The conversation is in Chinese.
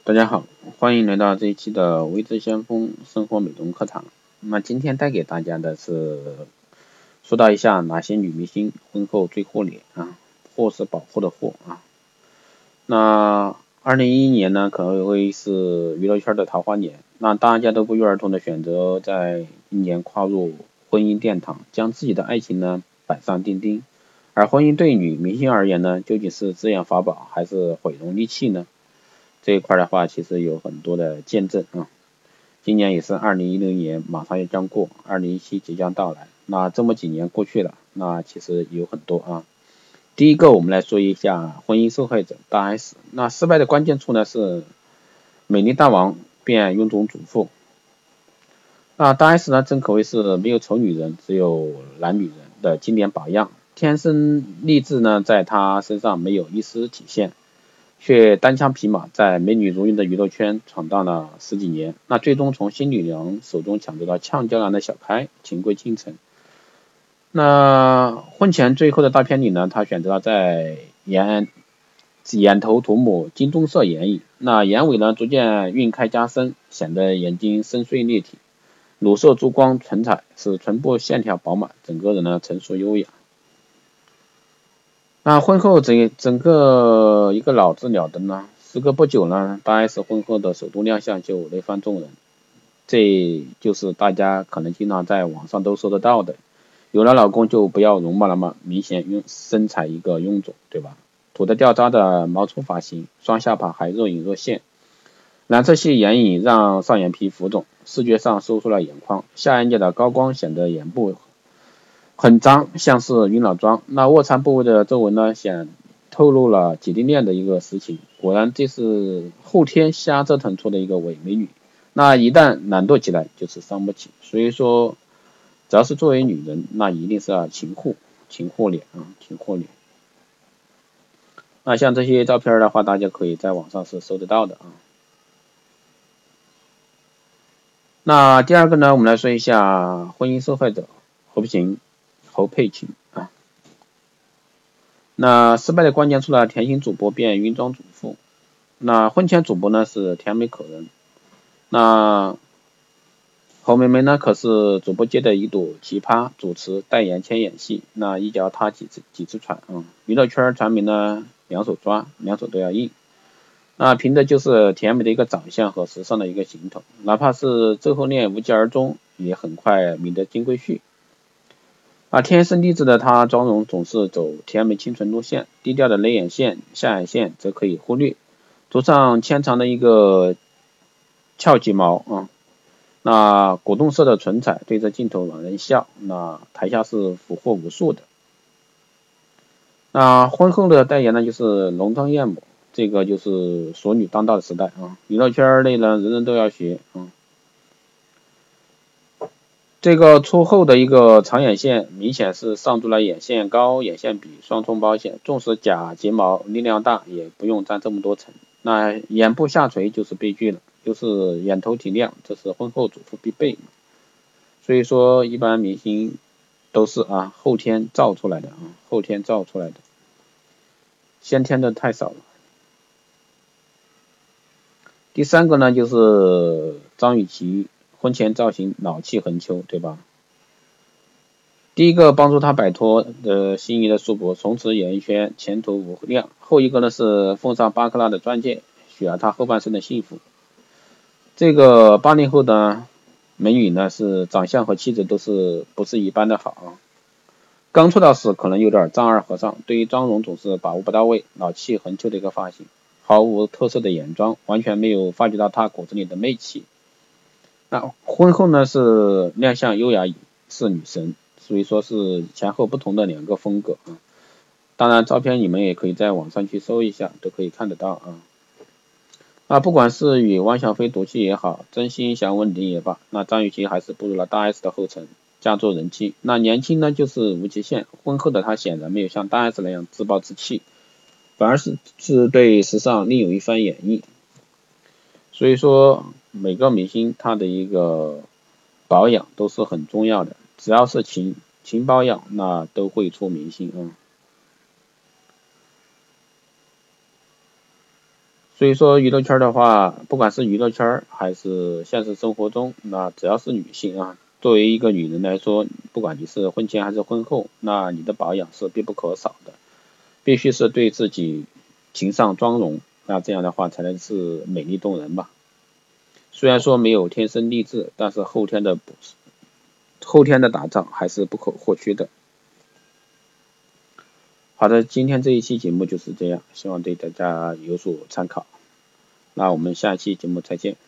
大家好，欢迎来到这一期的微知先锋生活美容课堂。那今天带给大家的是说到一下哪些女明星婚后最获脸啊，或是保护的祸啊。那2011年呢，可谓是娱乐圈的桃花年，那大家都不约而同的选择在今年跨入婚姻殿堂，将自己的爱情呢板上钉钉。而婚姻对女明星而言呢，究竟是资源法宝还是毁容利器呢？这一块的话，其实有很多的见证啊。今年也是2016年，马上要将过，2017即将到来。那这么几年过去了，那其实有很多啊。第一个，我们来说一下婚姻受害者大 S。那失败的关键处呢是美丽大王变臃肿主妇。那大 S 呢，真可谓是没有丑女人，只有懒女人的经典榜样。天生丽质呢，在她身上没有一丝体现。却单枪匹马在美女如云的娱乐圈闯荡了十几年，那最终从新女郎手中抢夺了俏娇娘的小开，情归倾城。那婚前最后的大片里呢，他选择了在眼头涂抹金棕色眼影，那眼尾呢逐渐晕开加深，显得眼睛深邃立体，乳色珠光唇彩，使唇部线条饱满，整个人呢成熟优雅。那婚后整个一个老子了得呢，时隔不久呢，大 S 婚后的首度亮相就雷翻众人，这就是大家可能经常在网上都搜得到的，有了老公就不要容貌了吗？明显身材一个臃肿，对吧？土得掉渣的毛粗发型，双下巴还若隐若现，蓝色系眼影让上眼皮浮肿，视觉上收缩了眼眶，下眼角的高光显得眼部很脏，像是晕了妆。那卧蚕部位的皱纹呢，显透露了姐弟恋的一个实情。果然这是后天瞎折腾出的一个伪美女。那一旦懒惰起来，就是伤不起。所以说，只要是作为女人，那一定是要勤护脸啊，勤护脸。那像这些照片的话，大家可以在网上是搜得到的啊。那第二个呢，我们来说一下婚姻受害者侯佩琴啊。那失败的关键处呢，甜心主播变晕妆主妇。那婚前主播呢是甜美可人，那侯妹妹呢可是主播界的一朵奇葩，主持、代言、兼演戏，那一脚踏几只船啊。娱乐圈传媒呢两手抓，两手都要硬。那凭的就是甜美的一个长相和时尚的一个行头，哪怕是最后恋无疾而终，也很快觅得金龟婿。天生丽质的她，妆容总是走甜美清纯路线，低调的眉眼线、下眼线则可以忽略，涂上纤长的一个翘睫毛啊。那果冻色的唇彩对着镜头让人笑，那台下是俘获无数的。那婚后的代言呢，就是浓妆艳抹，这个就是熟女当道的时代啊。娱乐圈内呢，人人都要学啊。这个粗厚的一个长眼线，明显是上注了眼线膏、眼线笔双重保险，纵使假睫毛力量大，也不用沾这么多层。那眼部下垂就是悲剧了，就是眼头提亮，这是婚后主妇必备。所以说，一般明星都是后天造出来的后天造出来的，先天的太少了。第三个呢，就是张雨绮。婚前造型老气横秋，对吧？第一个帮助他摆脱心仪的束缚，从此演艺圈前途无量。后一个呢是奉上巴克拉的钻戒，许了他后半生的幸福。这个80后的美女呢，是长相和气质都是不是一般的好。刚出道时可能有点丈二和尚，对于妆容总是把握不到位，老气横秋的一个发型，毫无特色的眼妆，完全没有发掘到她骨子里的媚气。那婚后呢是亮相优雅是女神，所以说是前后不同的两个风格啊。当然照片你们也可以在网上去搜一下，都可以看得到啊。不管是与汪小菲赌气也好，真心想稳定也罢，那张雨绮还是步入了大 S 的后尘，嫁作人妻。那年轻呢就是无极限，婚后的她显然没有像大 S 那样自暴自弃，反而是对时尚另有一番演绎。所以说每个明星他的一个保养都是很重要的，只要是勤保养，那都会出明星所以说娱乐圈的话，不管是娱乐圈还是现实生活中，那只要是女性啊，作为一个女人来说，不管你是婚前还是婚后，那你的保养是必不可少的，必须是对自己勤上妆容，那这样的话才能是美丽动人吧。虽然说没有天生丽质，但是后天的打造还是不可或缺的。好的，今天这一期节目就是这样，希望对大家有所参考。那我们下期节目再见。